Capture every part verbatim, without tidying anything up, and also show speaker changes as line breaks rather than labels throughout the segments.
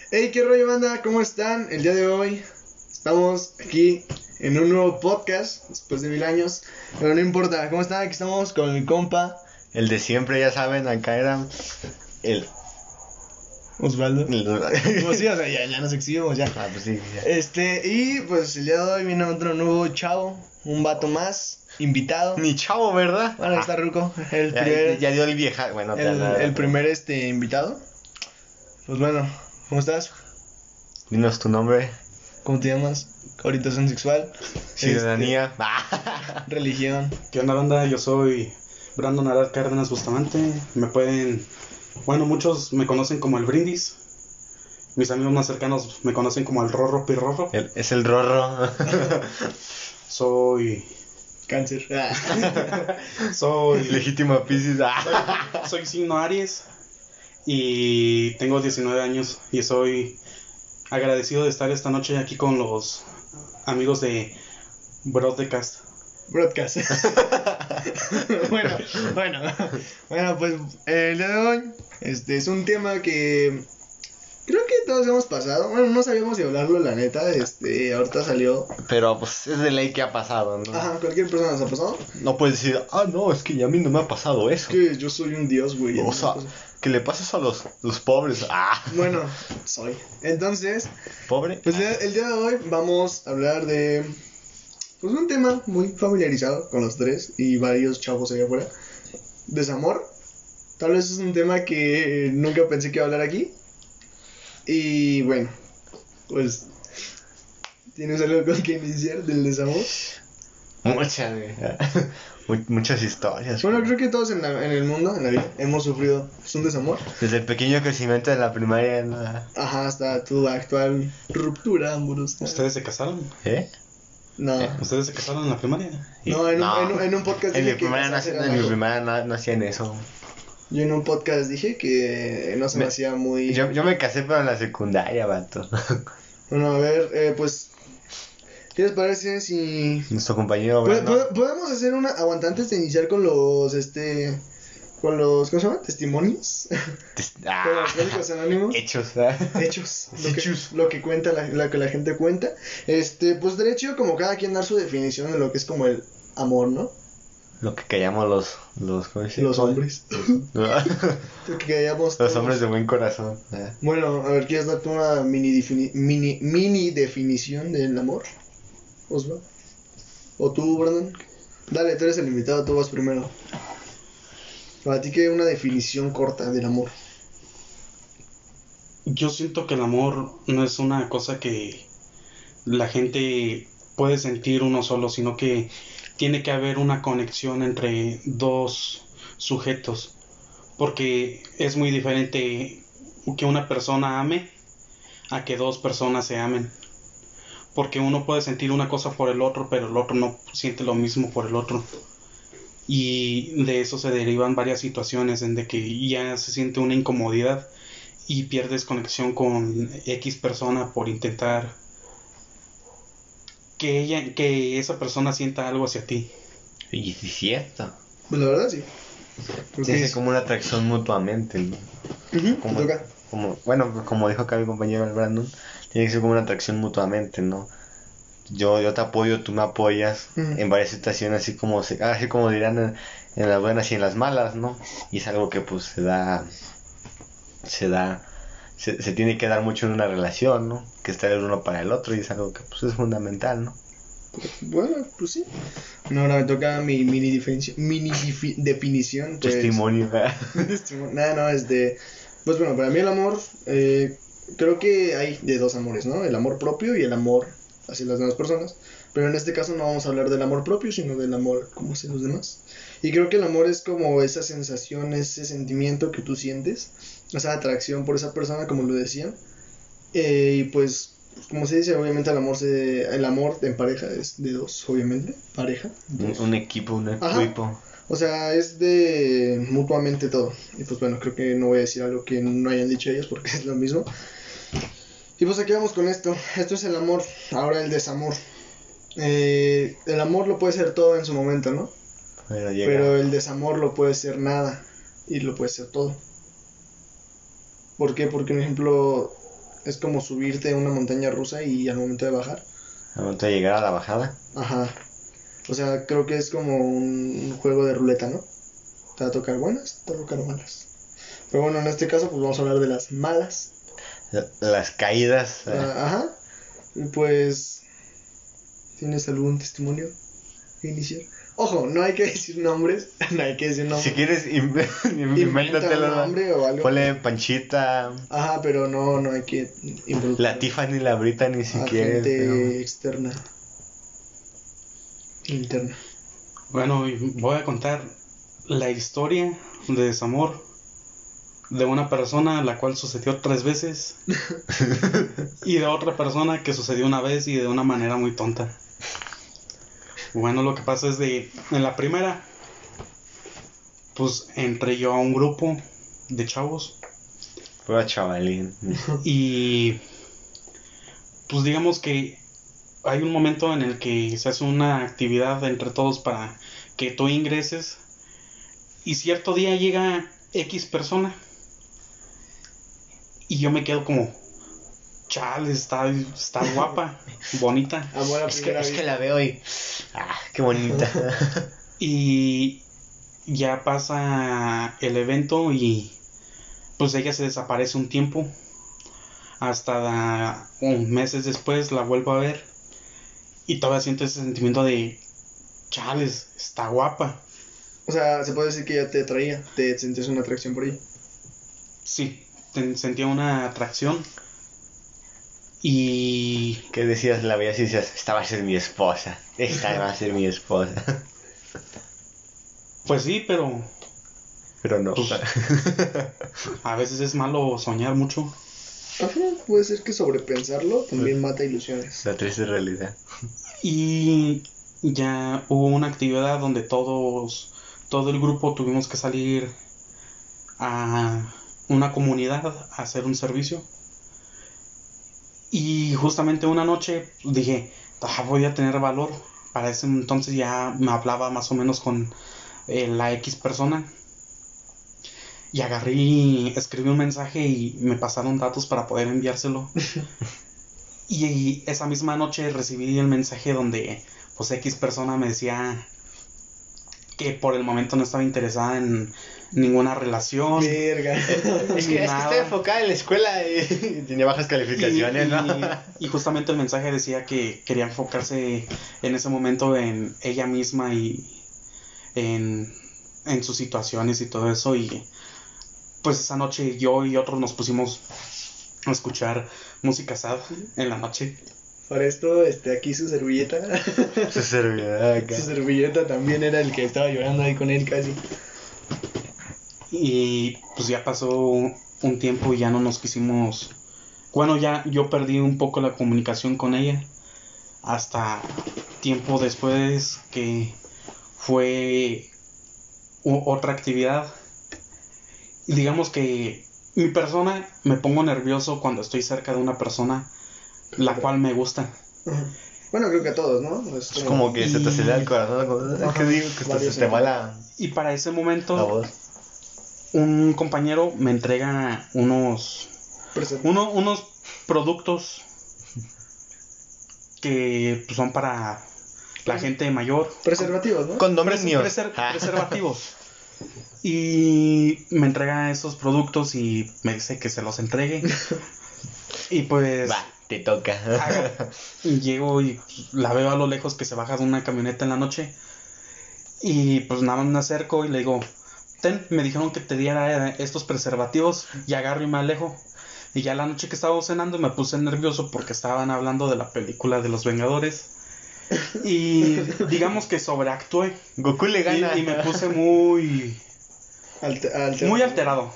Hey, qué rollo, banda, ¿cómo están? El día de hoy estamos aquí en un nuevo podcast después de mil años, pero no importa. ¿Cómo están? Aquí estamos con mi compa
El de siempre, ya saben, acá era el...
Osvaldo.
el-
Pues sí, o sea, ya, ya nos exhibimos ya.
Ah, pues sí, ya.
Este, y pues el día de hoy viene otro nuevo chavo, un vato más, invitado.
Ni chavo, ¿verdad?
Bueno, ahí está Ruco, el
Ya,
primer,
ya dio el vieja, bueno, te
el,
nada,
el primer este invitado. Pues bueno, ¿cómo estás?
Dinos tu nombre,
¿Cómo te llamas? Orientación sexual.
ciudadanía.
Este, religión.
¿Qué onda, banda? Yo soy Brandon Arad Cárdenas Bustamante. Me pueden... Bueno, muchos me conocen como el Brindis. Mis amigos más cercanos me conocen como el Rorro Pirrorro.
El- es el Rorro.
Soy...
Cáncer.
Soy...
Legítimo Piscis.
soy, soy signo Aries. Y tengo diecinueve años. Y soy agradecido de estar esta noche aquí con los amigos de Broadcast.
Broadcast. bueno, bueno, bueno, pues eh, el día de hoy este es un tema que creo que todos hemos pasado. Bueno, no sabíamos si hablarlo, la neta. Este, ahorita salió.
Pero pues es de ley que ha pasado, ¿no?
Ajá, cualquier persona nos ha pasado.
No puedes decir, ah, no, es que a mí no me ha pasado eso.
Que yo soy un dios, güey.
O sea, que le pasa eso a los, los pobres. Ah,
Bueno, soy. Entonces,
pobre.
pues el, el día de hoy vamos a hablar de pues un tema muy familiarizado con los tres y varios chavos allá afuera. Desamor. Tal vez es un tema que nunca pensé que iba a hablar aquí. Y bueno, pues ¿tienes algo con que iniciar del desamor?
Muchas, güey. Mu- Muchas historias.
Bueno,
güey.
creo que todos en, la- en el mundo, en la vida, hemos sufrido pues, un desamor.
Desde el pequeño crecimiento de la primaria, ¿no?
Ajá, hasta tu actual ruptura amorosa.
¿Ustedes se casaron?
¿Eh?
No,
¿Ustedes se casaron en la primaria?
no, en,
No.
Un, en, un, en un podcast
En
dije
mi
que
primaria no,
casarse
hacían-
era
en mi
malo.
primaria no, no hacían eso.
Yo en un podcast dije que no se me,
Me-
hacía muy...
Yo, yo me casé pero en la secundaria, vato.
Bueno, a ver, eh, pues, ¿qué les parece si...
Nuestro compañero
Pues,
Brandon.
pod- podemos hacer una... Aguanta antes de iniciar con los, este... Con los, ¿cómo se llama? Testimonios.
Ah,
Con los códigos anónimos.
hechos, ¿eh?
Hechos. Lo que,
Hechos.
lo que cuenta, la, lo que la gente cuenta. Este, pues derecho como cada quien dar su definición de lo que es como el amor, ¿no?
Lo que callamos los... Los, ¿cómo se dice?
Los hombres.
los
Lo que callamos todos.
hombres de buen corazón. ¿eh?
Bueno, a ver, ¿quieres darte una mini, defini- mini, mini definición del amor? Osvaldo. ¿O tú, Brandon? Dale, tú eres el invitado, tú vas primero. Para ti, ¿qué una definición corta del amor?
Yo siento que el amor no es una cosa que la gente puede sentir uno solo, sino que tiene que haber una conexión entre dos sujetos, porque es muy diferente que una persona ame a que dos personas se amen, porque uno puede sentir una cosa por el otro, pero el otro no siente lo mismo por el otro. Y de eso se derivan varias situaciones en de que ya se siente una incomodidad y pierdes conexión con X persona por intentar que ella, que esa persona sienta algo hacia ti.
Y sí, es cierto.
Pues la verdad, sí. Porque
Tiene
es-
como una atracción mutuamente, ¿no?
Ujú, te
Como,
toca.
como, bueno, como dijo acá mi compañero el Brandon, tiene que ser como una atracción mutuamente, ¿no? Yo, yo te apoyo, tú me apoyas
Ujú.
en varias situaciones, así como se, así como dirán en, en las buenas y en las malas, ¿no? Y es algo que pues se da, se da, se, se tiene que dar mucho en una relación, ¿no? Que estar el uno para el otro y es algo que pues es fundamental, ¿no?
Bueno, pues sí. No, ahora me toca mi mini definición. Mini difi- definición. Pues,
Testimonio, ¿verdad?
Testimonio. Nada, no, este. Pues bueno, para mí el amor. Eh, creo que hay de dos amores, ¿no? El amor propio y el amor hacia las demás personas. Pero en este caso no vamos a hablar del amor propio, sino del amor como hacia los demás. Y creo que el amor es como esa sensación, ese sentimiento que tú sientes, esa atracción por esa persona, como lo decía. Eh, y pues, como se dice, obviamente el amor se, el amor en pareja es de dos, obviamente, pareja.
Un, un equipo, un
Ajá.
equipo.
O sea, es de mutuamente todo. Y pues bueno, creo que no voy a decir algo que no hayan dicho ellos porque es lo mismo. Y pues aquí vamos con esto. Esto es el amor, ahora el desamor. Eh, el amor lo puede ser todo en su momento, ¿no?
Pero llega.
Pero el desamor lo puede ser nada y lo puede ser todo. ¿Por qué? Porque, por ejemplo, es como subirte a una montaña rusa y al momento de bajar.
Al momento de llegar a la bajada.
Ajá. O sea, creo que es como un juego de ruleta, ¿no? Te va a tocar buenas, te va a tocar malas. Pero bueno, en este caso, pues vamos a hablar de las malas.
Las caídas.
Uh, ajá. Y pues, ¿tienes algún testimonio que iniciar? Ojo, no hay que decir nombres. No hay que decir nombres.
Si quieres, invéntatelo.
Un nombre o algo.
Ponle Panchita.
Ajá, pero no, no hay que involucrar.
La Tiffany, la Brita, ni siquiera.
Gente
pero...
externa. Interna.
Bueno, voy a contar la historia de desamor de una persona la cual sucedió tres veces y de otra persona que sucedió una vez y de una manera muy tonta. Bueno, lo que pasa es de en la primera pues entré yo a un grupo de chavos.
Pura chavalín.
Y pues digamos que hay un momento en el que se hace una actividad entre todos para que tú ingreses y cierto día llega X persona y yo me quedo como, chale, está, está guapa, bonita.
Amor a
Es que,
primera
es que
vista.
la veo y... ¡Ah, qué bonita!
Y ya pasa el evento y pues ella se desaparece un tiempo. Hasta la, un meses después la vuelvo a ver y todavía siento ese sentimiento de, chales, está guapa.
O sea, se puede decir que ya te atraía, te sentías una atracción por ella.
Sí, ten- sentía una atracción. Y
¿Qué decías? La veías y decías, esta va a ser mi esposa. Esta va a ser mi esposa.
pues sí, pero
Pero no.
Pues- a veces es malo soñar mucho.
Ajá, puede ser que sobrepensarlo también mata ilusiones.
La triste realidad.
Y ya hubo una actividad donde todos, todo el grupo tuvimos que salir a una comunidad a hacer un servicio. Y justamente una noche dije, "Ah, voy a tener valor". Para ese entonces ya me hablaba más o menos con eh, la X persona. Y agarré y escribí un mensaje y me pasaron datos para poder enviárselo. Y esa misma noche recibí el mensaje donde pues X persona me decía que por el momento no estaba interesada en ninguna relación.
Verga.
Es que, es que
Nada.
estoy enfocada en la escuela y tenía bajas calificaciones,
y,
¿no?
y, y justamente el mensaje decía que quería enfocarse en ese momento en ella misma y en, en sus situaciones y todo eso. Y pues esa noche yo y otros nos pusimos a escuchar música sad en la noche.
Para esto, este, aquí su servilleta.
Se servirá acá.
Su servilleta también era el que estaba llorando ahí con él casi.
Y pues ya pasó un tiempo y ya no nos quisimos. Bueno, ya yo perdí un poco la comunicación con ella. Hasta tiempo después que fue u- otra actividad. Y digamos que mi persona, me pongo nervioso cuando estoy cerca de una persona la cual me gusta.
Ajá. Bueno, creo que a todos, ¿no? Es
Es
como-
como que se te acelera el corazón. Como,
Ajá,
¿qué digo? Que
varios
se te va la,
Y para ese
la
momento
voz.
un compañero me entrega unos
Presen-
uno, unos productos que pues, son para la gente mayor.
Preservativos, ¿no?
Condominios.
Preser-
Ah.
preservativos. Y me entrega esos productos y me dice que se los entregue. Y pues
Va, te toca.
haga- llego y la veo a lo lejos que se baja de una camioneta en la noche. Y pues nada más me acerco y le digo, ten, me dijeron que te diera estos preservativos. Y agarro y me alejo. Y ya la noche que estábamos cenando me puse nervioso porque estaban hablando de la película de los Vengadores. Y digamos que sobreactué.
Goku le gana.
Y, y me puse muy,
Alte- alterado.
muy alterado.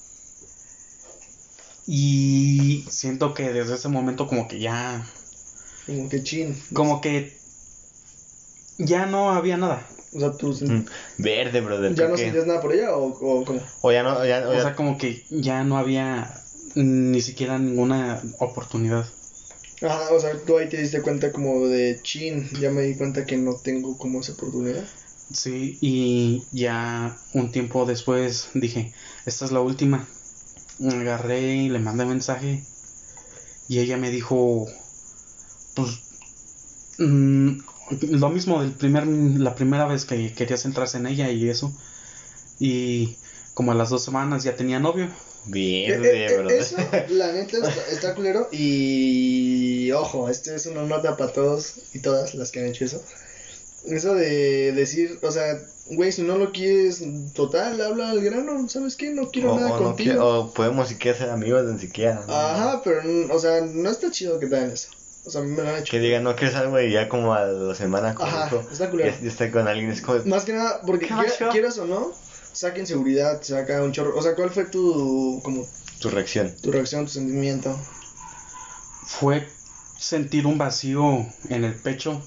Y siento que desde ese momento como que ya,
Como que chin.
como que ya no había nada.
O sea, tú sen-
Mm, Verde, brother.
ya
¿tú
no
qué?
sentías nada por ella o, o cómo.
O ya no, ya, o
O
ya-
sea, como que ya no había ni siquiera ninguna oportunidad.
Ajá, o sea, tú ahí te diste cuenta como de chin, ya me di cuenta que no tengo como esa oportunidad.
Sí, y ya un tiempo después dije, esta es la última. Me agarré y le mandé mensaje. Y ella me dijo, pues, mm, lo mismo del primer, la primera vez que querías centrarse en ella y eso. Y como a las dos semanas ya tenía novio.
Bien,
Eh, eh,
bro.
eso, la neta, está, está culero. Y ojo, este es una nota para todos y todas las que han hecho eso. Eso de decir, o sea, güey, si no lo quieres, total, habla al grano, ¿sabes qué? No quiero
O,
nada
o no
contigo.
quiero, o podemos siquiera ser amigos ni siquiera, ¿no?
Ajá, pero, n- o sea, no está chido que te hagan eso. O sea, a mí me lo han hecho.
Que digan, no quieres algo y ya como a la semana con
Ajá,
hijo,
está culero.
ya, ya está con alguien, es como,
Más que nada, porque
¿Qué
quiera-
pasó?
quieras o no, saquen seguridad, saca un chorro. O sea, ¿cuál fue tu, como,
tu reacción.
tu reacción, tu sentimiento?
Fue sentir un vacío en el pecho.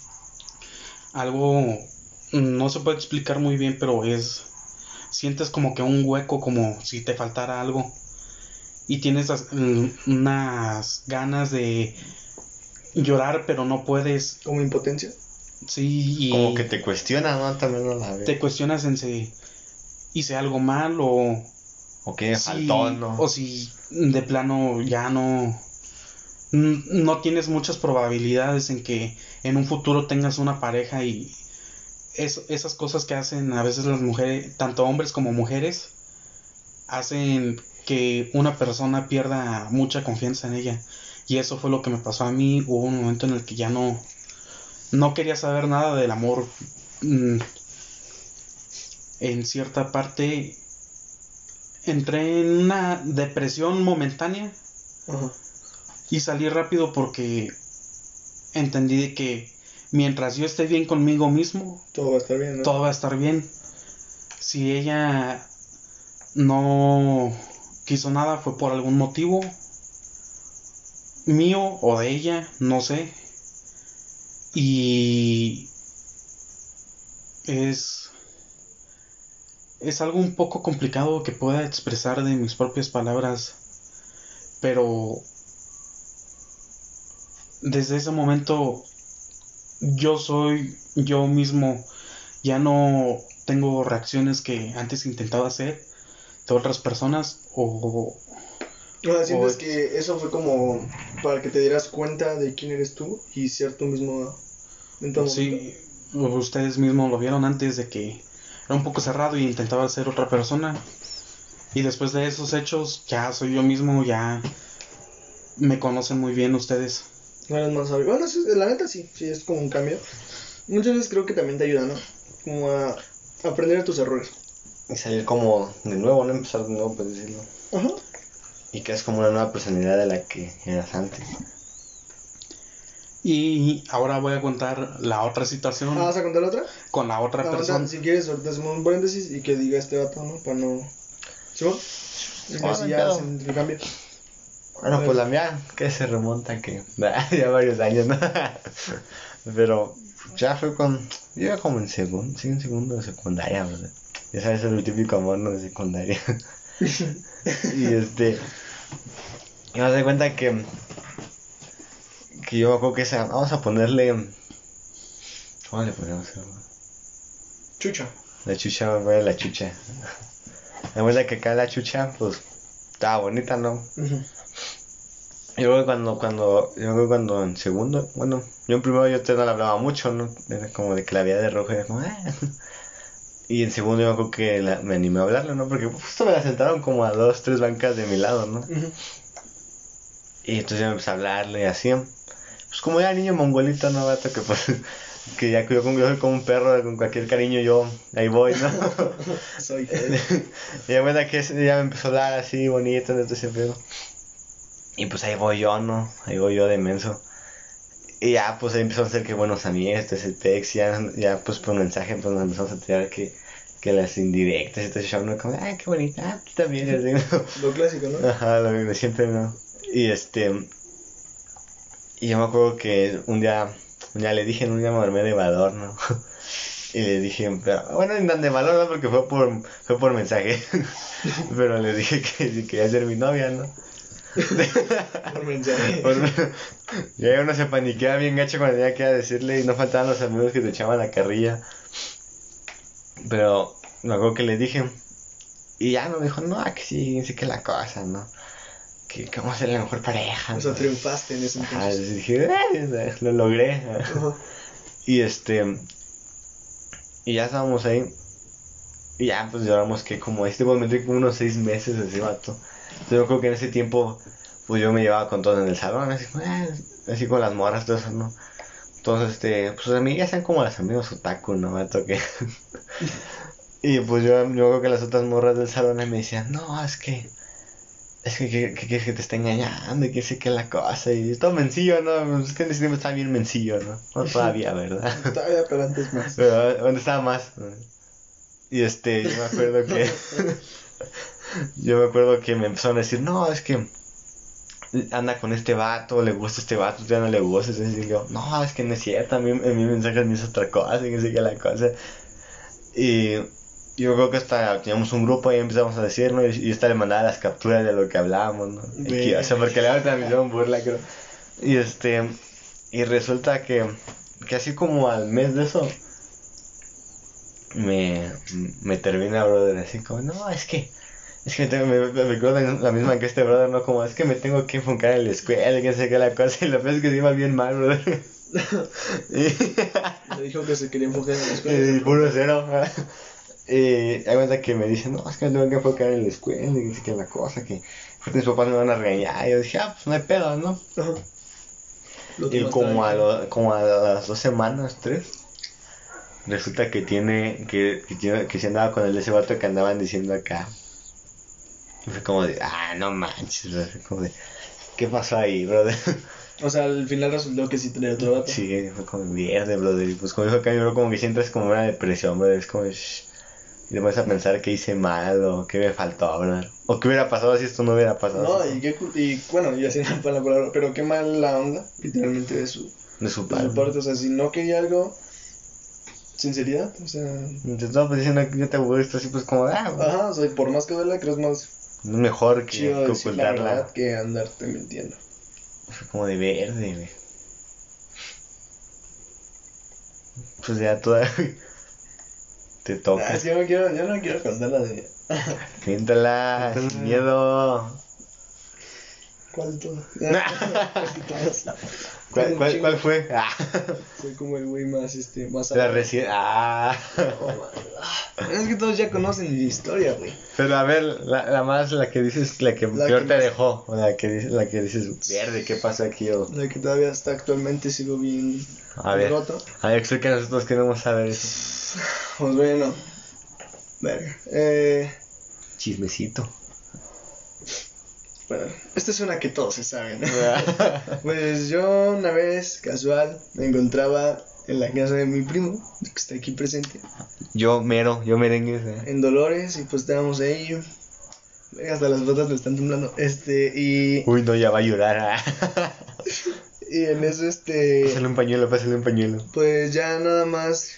Algo no se puede explicar muy bien, pero es, sientes como que un hueco, como si te faltara algo. Y tienes las- mm, unas ganas de llorar, pero no puedes.
¿Como impotencia?
Sí, y
Como que te cuestiona, ¿no? También a la vez.
te cuestionas en si hice algo mal o
O que me
si,
faltó, ¿no?
o si de plano ya no n- no tienes muchas probabilidades en que en un futuro tengas una pareja. Y es, esas cosas que hacen a veces las mujeres, tanto hombres como mujeres, hacen que una persona pierda mucha confianza en ella. Y eso fue lo que me pasó a mí. Hubo un momento en el que ya no no quería saber nada del amor. Mm, en cierta parte entré en una depresión momentánea
Ajá.
y salí rápido porque entendí de que mientras yo esté bien conmigo mismo,
Todo va a estar bien, ¿no?
todo va a estar bien. Si ella no quiso nada fue por algún motivo mío o de ella, no sé. Y es es algo un poco complicado que pueda expresar de mis propias palabras, pero desde ese momento yo soy yo mismo. Ya no tengo reacciones que antes intentaba hacer de otras personas o,
O sea, sientes
o-
que eso fue como para que te dieras cuenta de quién eres tú y ser tú mismo en todo momento.
sí, ustedes mismos lo vieron antes de que era un poco cerrado y intentaba ser otra persona. Y después de esos hechos ya soy yo mismo, ya me conocen muy bien ustedes.
No eres más sabio. Bueno, sí, la neta sí, sí, es como un cambio. Muchas veces creo que también te ayuda, ¿no? Como a aprender de tus errores.
Y salir como de nuevo, ¿no? Empezar de nuevo, pues decirlo.
Ajá.
Y que es como una nueva personalidad de la que eras antes.
Y ahora voy a contar la otra situación
Ah, ¿vas a contar otra?
con la otra
Aguanta,
persona.
si quieres, ahorita hacemos un paréntesis y que diga este vato, ¿no? Para no... ¿Simón? Y
Ah,
así
no
ya
pedo.
hacen el cambio.
Bueno, pues la mía, que se remonta que ya varios años, ¿no? Pero ya fue con, yo iba como en segundo, sí, en segundo de secundaria, ¿verdad? Ya sabes, el típico amor, ¿no? De secundaria. Y este, y me doy cuenta que, que yo me acuerdo que esa, vamos a ponerle, ¿cómo le podemos hacer?
Chucha.
La chucha, voy a la chucha. Me cuenta que acá la chucha, pues, estaba bonita, ¿no?
Ujú.
Yo creo que cuando, cuando, yo creo que cuando en segundo, bueno, yo en primero yo te no le hablaba mucho, ¿no? Era como de que la veía de rojo y era como, ah. Y en segundo yo creo que la, me animé a hablarle, ¿no? Porque justo me la sentaron como a dos, tres bancas de mi lado, ¿no?
Ujú.
Y entonces yo me empecé a hablarle y así. Pues como ya niño mongolito, ¿no? Vato, que pues, que ya que yo, como- yo soy como un perro, con cualquier cariño yo, ahí voy, ¿no?
Soy
Y ya bueno que ese día me empezó a hablar así bonito, entonces ese pedo. Y pues ahí voy yo, ¿no? Ahí voy yo de menso. Y ya pues ahí empezó a hacer que buenos amigos, este ese text, ya, ya pues por mensaje pues nos empezamos a tirar que, que las indirectas y todo ese show, ¿no? Como, ay, qué bonita, ah, tú también, así, ¿no?
lo clásico, ¿no?
Ajá, lo de siempre, ¿no? Y este, y yo me acuerdo que un día, un día le dije, un día me armé de valor, ¿no? Y le dije, pero, bueno, ni tan de valor, ¿no? Porque fue por, fue por mensaje. Pero le dije que si quería ser mi novia, ¿no?
Por mensaje.
Por- Y ahí uno se paniquea bien gacho cuando tenía que ir a decirle y no faltaban los amigos que te echaban la carrilla. Pero me acuerdo que le dije y ya no me dijo, no, que sí, sí que la cosa, ¿no? que, que vamos a ser la mejor pareja.
O sea, triunfaste en ese
Ajá,
entonces.
dije, "Eh, lo logré".
Ajá.
Y este, y ya estábamos ahí. Y ya, pues lloramos que como este pues me como unos seis meses ese vato. Entonces yo creo que en ese tiempo, pues yo me llevaba con todos en el salón, así, eh, así con las morras, todo eso, ¿no? Entonces, este, pues a mí ya sean como las amigos otaku, ¿no? Vato que... Y pues yo, yo creo que las otras morras del salón me decían, no, es que, es que, que, que, que te está engañando y que sé que la cosa. Y todo mencillo, ¿no? Es que en ese tiempo estaba bien mencillo, ¿no? No todavía, ¿verdad?
Todavía, pero antes más.
Pero ¿dónde estaba más? Y este, yo me acuerdo que... yo me acuerdo que me empezaron a decir, no, es que anda con este vato, le gusta este vato, ya no le gusta. Entonces yo, no, es que no es cierto, a mí, a mí mensajes me hizo otra cosa, y que sé que la cosa. Y yo creo que hasta teníamos un grupo y empezamos a decirlo, y, y esta le mandaba las capturas de lo que hablábamos, ¿no? Aquí, o sea, porque le daban transmisión burla, creo. Y este, y resulta que, que así como al mes de eso, me, me termina, brother, así como, no, es que, es que me, tengo, me, me recuerdo la misma que este brother, ¿no? Como, es que me tengo que enfocar en la escuela, que sé que la cosa, y la vez es que se iba bien mal, brother.
y le dijo que se quería enfocar en la escuela.
Y puro cero. Y hay cuenta que me dicen, no, es que me tengo que enfocar en la escuela, y que sé que la cosa, que mis papás me van a regañar. Y yo dije, ah, pues no hay pedo, ¿no?
Ajá.
Y como a, lo, como a las dos semanas, tres, resulta que tiene, que, que, tiene, que se andaba con el de ese vato que andaban diciendo acá. Y fue como de, ah, no manches, bro. Como de, ¿qué pasó ahí, brother?
O sea, al final resultó que sí tenía otro vato.
Sí, fue como mierda, brother. Y pues como dijo acá, yo como que sientes como una depresión, brother. Es como, shh. Y te pones a pensar qué hice mal o qué me faltó, brother. O qué hubiera pasado si esto no hubiera pasado.
No,
así,
y, qué, y bueno, y así no para la palabra, pero qué mal la onda, literalmente, de su,
de su
de su
parte.
parte. O sea, si no quería algo, sinceridad, o sea.
Te estaba pues diciendo que yo te aburriste así, pues como, ah, güey.
Ajá, o sea, por más que duela, creo que es más
Es mejor que,
chido
que
decir la
ocultarla.
verdad que andarte mintiendo.
Fue como de verde, güey. Pues ya toda. Te toca.
Ah, es que yo no quiero, yo no quiero contarla de.
Cuéntala, sin miedo.
¿Cuál de todo?
¿Cuál, cuál, ¿Cuál fue? Ah.
Soy como el güey más, este, más...
La recién... Ah.
Es que todos ya conocen mi historia, güey.
Pero a ver, la, la más, la que dices, la que
La
peor
que
te
más-
dejó. O la que, dices, la que dices, verde, ¿qué pasa aquí? O...
La que todavía está actualmente, sigo bien
A ver,
roto.
a ver, explica, nosotros queremos saber eso.
Pues bueno, verga. Eh,
Chismecito.
bueno, esta es una que todos se saben. Pues yo una vez, casual, me encontraba en la casa de mi primo, que está aquí presente,
Yo mero, yo merengue. ¿Eh?
en Dolores, y pues estábamos ahí. Hasta las botas me están temblando. Este, y,
Uy, no, ya va a llorar. Ah.
y en eso, este,
Pásale un pañuelo, pásale un pañuelo.
pues ya nada más.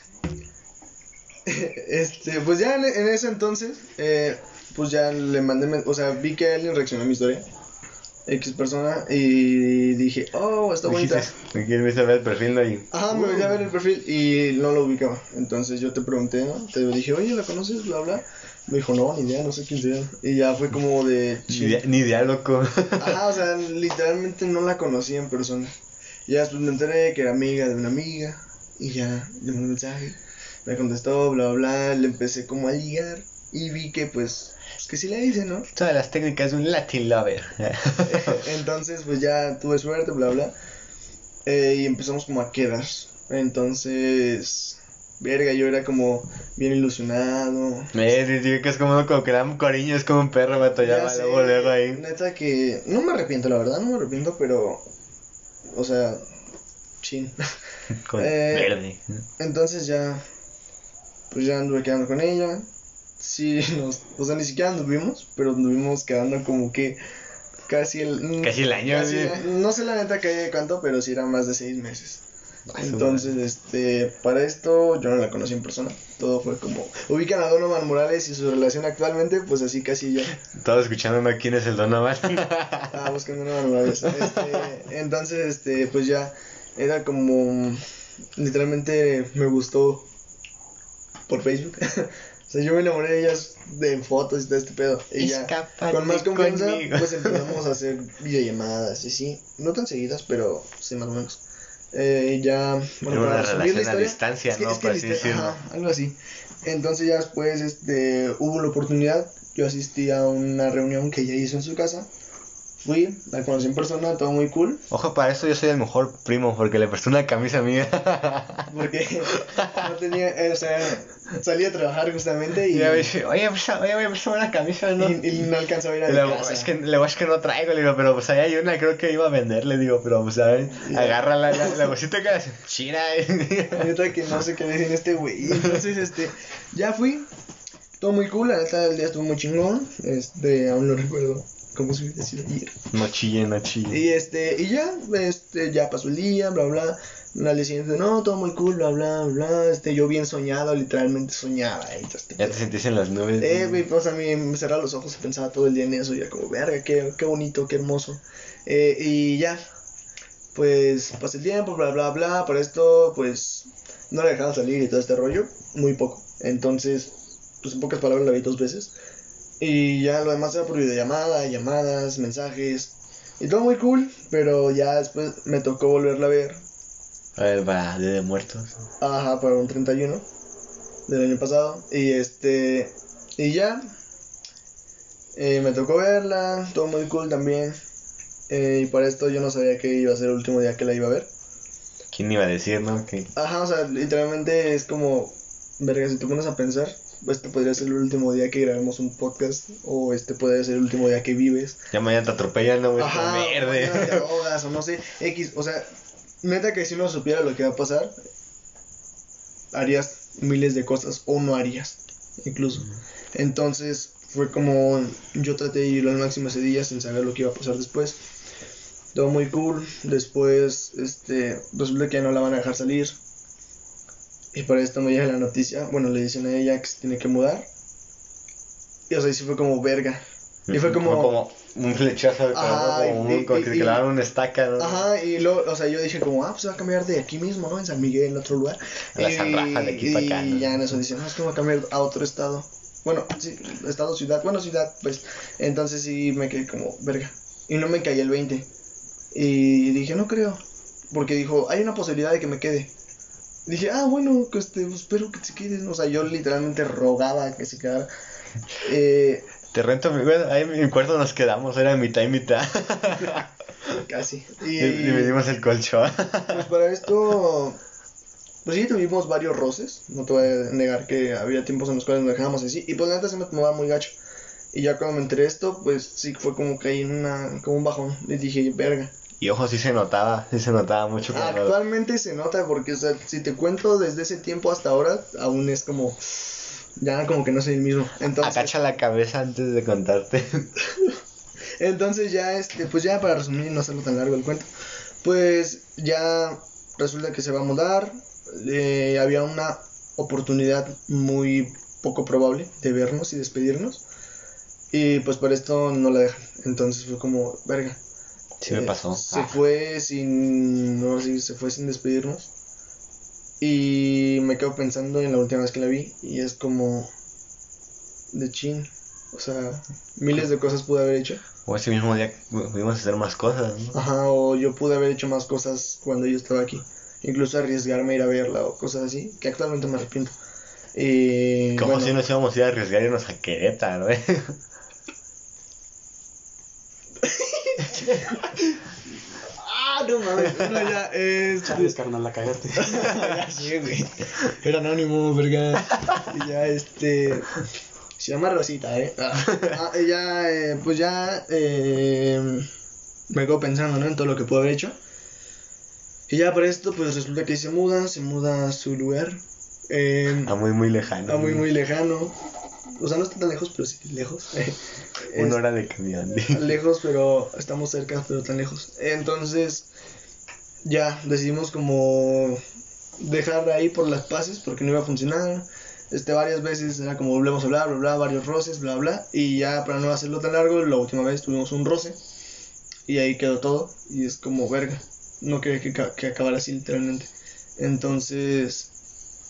Este, pues ya en, en ese entonces, eh, pues ya le mandé, men- o sea, vi que alguien reaccionó a mi historia, X persona, y dije, oh, está bonita.
¿Me quieres ver el perfil de ahí?
Ajá, me volví a ver el perfil y no lo ubicaba. Entonces yo te pregunté, ¿no? Te dije, oye, ¿la conoces? Bla, bla. Me dijo, no, ni idea, no sé quién sea. Y ya fue como de...
Ni idea, ni idea, loco.
Ajá, o sea, literalmente no la conocía en persona. Y ya después me enteré que era amiga de una amiga. Y ya, le mandé un mensaje. Me contestó, bla, bla, bla. Le empecé como a ligar. Y vi que, pues, pues que sí le hice, ¿no?
Todas las técnicas de un Latin lover.
Entonces, pues ya tuve suerte, bla, bla. Eh, y empezamos como a quedar. Entonces, verga, yo era como bien ilusionado.
Eh, sí, sí, que es como, como que dan cariño, es como un perro, vato, ya
Ya
va,
sé,
luego, luego ahí.
neta que no me arrepiento, la verdad, no me arrepiento, pero, o sea, chin.
Con
Eh,
verde.
Entonces ya, pues ya anduve quedando con ella. Sí, nos, o sea, ni siquiera anduvimos, pero anduvimos quedando como que casi el...
Casi el año,
casi-
güey.
no sé la neta que de cuánto, pero sí era más de seis meses.
Ah, su
Entonces, este, para esto yo no la conocí en persona. Todo fue como, ubican a Donovan Morales y su relación actualmente, pues así casi ya.
Estaba escuchando ¿no? quién es el Donovan.
Ah, buscando a Donovan Morales. Este, entonces, este, pues ya era como, literalmente me gustó por Facebook. O sea, yo me enamoré de ellas de en fotos y todo este pedo. Y ya,
Escápate
con más confianza,
conmigo.
pues empezamos a hacer videollamadas y sí. No tan seguidas, pero sí, más o menos. Eh, y ya, bueno,
Era
para
una
resumir la
relación a
historia,
distancia,
es que,
¿no?
es que
Por
la
así
historia-
decirlo.
ajá, algo así. Entonces ya después este, hubo la oportunidad, yo asistí a una reunión que ella hizo en su casa. Fui, la conocí en persona, todo muy cool.
Ojo, para esto yo soy el mejor primo porque le presté una camisa mía.
Porque no tenía, eh, o sea, salí a trabajar justamente y,
Y me dice, oye, pues, oye, voy a prestar una camisa, ¿no?
y, y no alcanzaba a ir a
Y
mi
luego,
casa.
es que, luego es que no traigo, le digo, pero pues ahí hay una, creo que iba a vender, le digo, pero pues a ver,
Ya.
agarra la, la, la bolsita que hace, chira.
Neta que no sé qué decir en este güey. Entonces, este, ya fui. Todo muy cool, la neta el día estuvo muy chingón. Este, aún lo recuerdo como si hubiera sido ayer.
No chille, no chille.
Y este, y ya, este, ya pasó el día, bla bla. Al día siguiente, no, todo muy cool, bla bla bla. Este, yo bien soñado, literalmente soñaba. Y todo este
Ya te
pedo.
sentís en las nubes.
Eh, güey, pues a mí me cerraba los ojos y pensaba todo el día en eso. Y era como, verga, qué, qué bonito, qué hermoso. Eh, y ya, pues pasé el tiempo, bla bla bla. Por esto, pues no la dejaban salir y todo este rollo, muy poco. Entonces, pues en pocas palabras la vi dos veces. Y ya lo demás era por videollamada, llamadas, mensajes. Y todo muy cool, pero ya después me tocó volverla a ver.
A ver, para Día de Muertos.
Ajá, para un treinta y uno del año pasado. Y este. Y ya. Eh, me tocó verla, todo muy cool también. Eh, y para esto yo no sabía que iba a ser el último día que la iba a ver.
¿Quién iba a decir, no? Que
Ajá, o sea, literalmente es como. Verga, si te pones a pensar, este podría ser el último día que grabemos un podcast. O este podría ser el último día que vives.
ya mañana te atropellan, no, güey,
Ajá,
como
o mañana te
verde.
ahogas, o no sé, X, o sea, neta que si uno supiera lo que va a pasar, harías miles de cosas o no harías, incluso. Entonces fue como yo traté de ir al máximo ese día sin saber lo que iba a pasar después. Todo muy cool. Después, este, resulta que ya no la van a dejar salir. Y para esto me llega la noticia, bueno, le dicen a ella que se tiene que mudar. Y o sea, y sí fue como verga. Y fue como...
como un flechazo,
Ajá,
como, un-
y-
como
y-
que
y-
le daban una estaca, ¿no?
Ajá, y luego, o sea, yo dije como, ah, pues se va a cambiar de aquí mismo, ¿no? En San Miguel, en otro lugar.
A la
y,
San Rafa, de aquí
y
pa' acá, ¿no?
ya en eso dicen, no, es que va a cambiar a otro estado. Bueno, sí, estado, ciudad, bueno, ciudad, pues. Entonces sí me quedé como, verga. Y no me caí el veinte. Y dije, no creo. Porque dijo, hay una posibilidad de que me quede. Dije, ah, bueno, que este, pues, espero que se queden. O sea, yo literalmente rogaba que se quedara. Eh,
Te rento mi, bueno, ahí en mi cuarto nos quedamos, era mitad y mitad.
casi. Y,
Y dividimos el colchón.
pues para esto, pues sí, tuvimos varios roces. No te voy a negar que había tiempos en los cuales nos dejábamos así. Y pues la neta se me tomaba muy gacho. Y ya cuando me enteré de esto, pues sí fue como caí en una, como un bajón. Y dije, verga.
Y ojo, sí se notaba, sí se notaba mucho cuando...
Actualmente se nota porque, o sea, si te cuento desde ese tiempo hasta ahora, aún es como, ya como que no soy el mismo. Entonces,
Agacha la cabeza antes de contarte.
entonces ya, este, pues ya para resumir y no hacerlo tan largo el cuento, pues ya resulta que se va a mudar. Eh, había una oportunidad muy poco probable de vernos y despedirnos. Y pues por esto no la dejan. Entonces fue como, verga.
Sí me
Eh,
pasó.
Se
Ah.
fue sin, no sé, se fue sin despedirnos. Y me quedo pensando en la última vez que la vi. Y es como, de chin. O sea, miles de cosas pude haber hecho.
O ese mismo día pudimos hacer más cosas, ¿no?
Ajá, o yo pude haber hecho más cosas cuando yo estaba aquí. Incluso arriesgarme a ir a verla o cosas así, que actualmente me arrepiento. Y
¿Cómo
bueno,
si nos íbamos a ir a arriesgar irnos a Querétaro, eh?
ah, no mames, no, ya, es...
Chales, carnal, la cagaste.
ya sé, güey. Era anónimo, verga. Y ya, este... Se llama Rosita, ¿eh? Ah, y ya, eh, pues ya... Eh, me quedo pensando, ¿no? En todo lo que puedo haber hecho. Y ya por esto, pues resulta que se muda, se muda a su lugar. Eh,
A muy, muy lejano.
a muy, muy lejano. O sea, no está tan lejos, pero sí lejos.
Una
Es-
hora de camión.
lejos, pero estamos cerca, pero tan lejos. Entonces, ya decidimos como dejar ahí por las paces porque no iba a funcionar. Este, varias veces era como volvemos a hablar, bla, bla, varios roces, bla, bla. Y ya para no hacerlo tan largo, la última vez tuvimos un roce. Y ahí quedó todo. Y es como, verga. No quería que, ca- que acabara así literalmente. Entonces,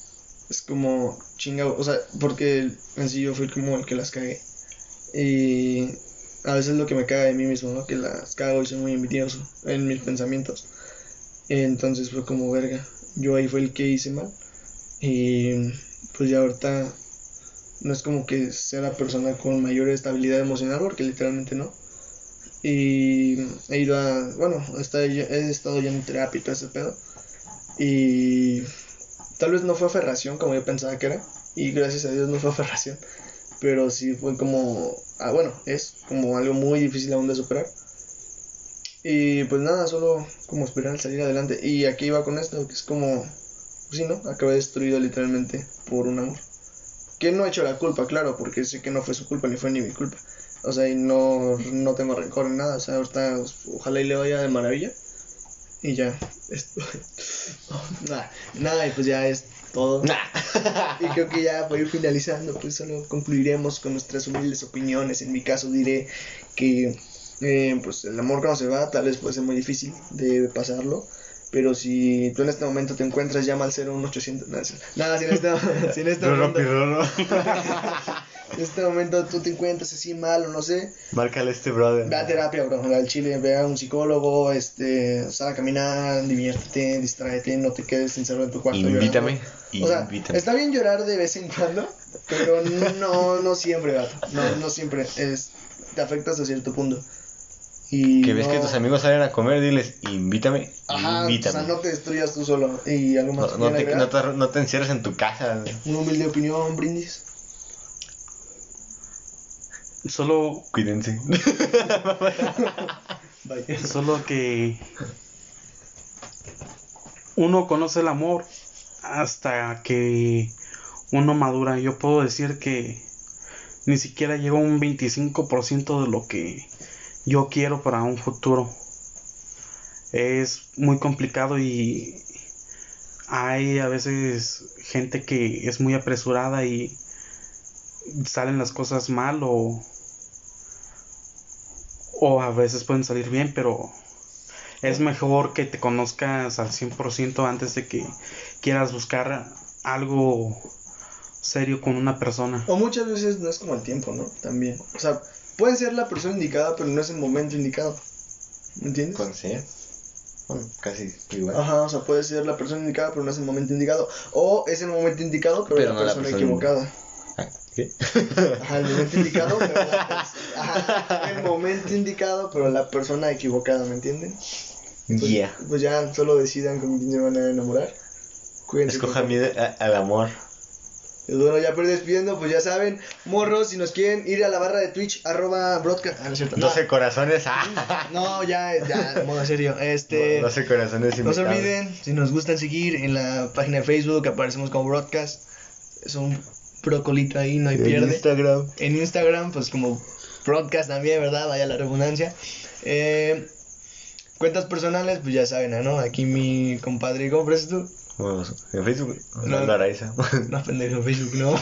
es como chingado, o sea, porque en sí yo fui como el que las cagué. Y a veces lo que me caga de mí mismo, ¿no? Que las cago y soy muy envidioso en mis pensamientos. Entonces fue como verga. Yo ahí fue el que hice mal. Y pues ya ahorita no es como que sea la persona con mayor estabilidad emocional, porque literalmente no. Y he ido a, bueno, hasta he estado ya en terapia y todo ese pedo. Y tal vez no fue aferración como yo pensaba que era. Y gracias a Dios no fue aferración. Pero sí fue como, ah, bueno, es como algo muy difícil aún de superar. Y pues nada, solo como esperar salir adelante. Y aquí iba con esto, que es como, pues sí, ¿no? Acabé destruido literalmente por un amor. Que no he hecho la culpa, claro, porque sé que no fue su culpa ni fue ni mi culpa. O sea, y no, no tengo rencor en nada. O sea, ahorita ojalá y le vaya de maravilla. Y ya, esto. nada, nada, y pues ya es todo. Y creo que ya para ir finalizando, pues solo concluiremos con nuestras humildes opiniones. En mi caso diré que eh, pues el amor cuando se va tal vez puede ser muy difícil de pasarlo. Pero si tú en este momento te encuentras, llama al cero uno ochocientos. Nada, nada si en este, si en este momento. En este momento tú te encuentras así mal o no sé.
Márcale a este brother.
Ve a terapia, bro. Al chile, ve a un psicólogo, este, sal a caminar, diviértete, distráete, no te quedes encerrado en tu cuarto.
Invítame.
O sea,
invítame.
está bien llorar de vez en cuando, pero no, no siempre, gato. No, no siempre. Es, te afecta hasta cierto punto. Y
que ves
no...
que tus amigos salen a comer, diles, invítame.
Ajá,
invítame.
o sea, no te destruyas tú solo. Y algo más.
No, no, te, no, te, no te encierres en tu casa.
Una humilde opinión, brindis.
Solo.
Cuídense.
Solo que. Uno conoce el amor hasta que uno madura. Yo puedo decir que ni siquiera llego a un veinticinco por ciento de lo que yo quiero para un futuro. Es muy complicado y hay a veces gente que es muy apresurada y salen las cosas mal o, o a veces pueden salir bien, pero es mejor que te conozcas al cien por ciento antes de que quieras buscar algo serio con una persona.
O muchas veces no es como el tiempo, ¿no? También. O sea, puede ser la persona indicada, pero no es el momento indicado. ¿Me entiendes?
Con sí. Bueno, casi igual.
Ajá, o sea, puede ser la persona indicada, pero no es el momento indicado. O es el momento indicado, pero,
pero
la,
no
persona
la persona
equivocada.
¿Qué?
Ajá, el momento indicado, pero la pers- Ajá, el momento indicado, pero la persona equivocada, ¿me entienden? Pues,
Yeah.
pues ya solo decidan con quién se van a enamorar. Cuídense.
Escoja miedo al amor.
Pues bueno, ya por despidiendo, pues ya saben, morros, si nos quieren ir a la barra de Twitch, arroba broadcast. Ah, no es cierto.
doce
No.
corazones. Ah.
No, ya, ya, modo serio. Este.
doce corazones.
No se olviden, si nos gustan seguir en la página de Facebook, aparecemos como broadcast. Es un brocolito ahí, no hay
en
pierde.
En Instagram.
En Instagram, pues como broadcast también, ¿verdad? Vaya la redundancia. Eh, cuentas personales, pues ya saben, ¿no? Aquí mi compadre, ¿cómo ofreces tú?
Bueno, en Facebook.
No,
no Araiza.
No, pendejo, Facebook no.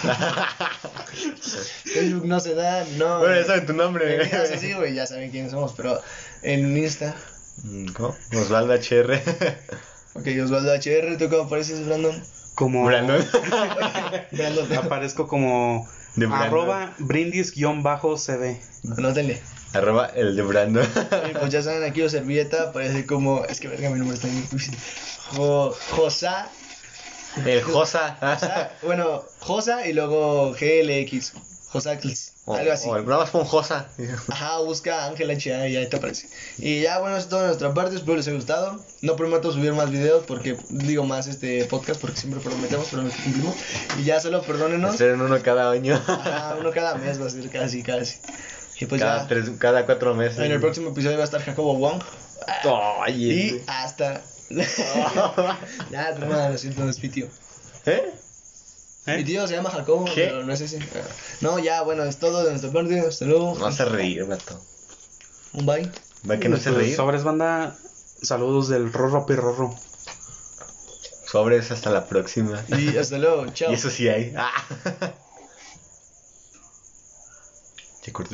Facebook no se da, no.
Bueno, ya saben tu nombre.
Eh, o sea, sí, güey, ya saben quiénes somos, pero en Insta.
¿Cómo? Osvaldo H R.
Ok, Osvaldo H R, ¿tú cómo apareces, Brandon?
Como
Brandon.
Brandon.
Aparezco como
De Brandon.
arroba brindis-cd.
Anótenle.
Arroba el de Brandon.
Y pues ya saben, aquí la servilleta parece como. Es que verga, mi nombre está bien difícil. Jo, Josa.
El Josa.
Josa. Bueno, Josa y luego G L X. Josaxlis.
O,
Algo así.
o el programa es con Josa.
Ajá, busca Ángel H A y ahí te aparece. Y ya, bueno, eso es todo de nuestra parte. Espero les haya gustado. No prometo subir más videos porque digo más este podcast porque siempre prometemos, pero no cumplimos. Y ya solo perdónenos.
Esperen uno cada año.
Ajá, uno cada mes va a ser casi, casi. Y pues
cada,
ya.
tres, cada cuatro meses.
En el próximo episodio va a estar Jacobo Wong.
Ay,
Y
ese.
hasta. Ya, no, lo siento, no es mi tío.
¿Eh?
¿Eh?
Mi tío se llama Jacobo,
¿Qué?
pero no es ese. No, ya, bueno, es todo de nuestra parte. Hasta luego.
No hace reír, vato.
Un bye.
Va que no hace
Pues,
reír.
sobres, banda. Saludos del Rorro Pirrorro.
Sobres, hasta la próxima.
Y hasta luego. Chao.
Y eso sí hay. Ah. Te corté.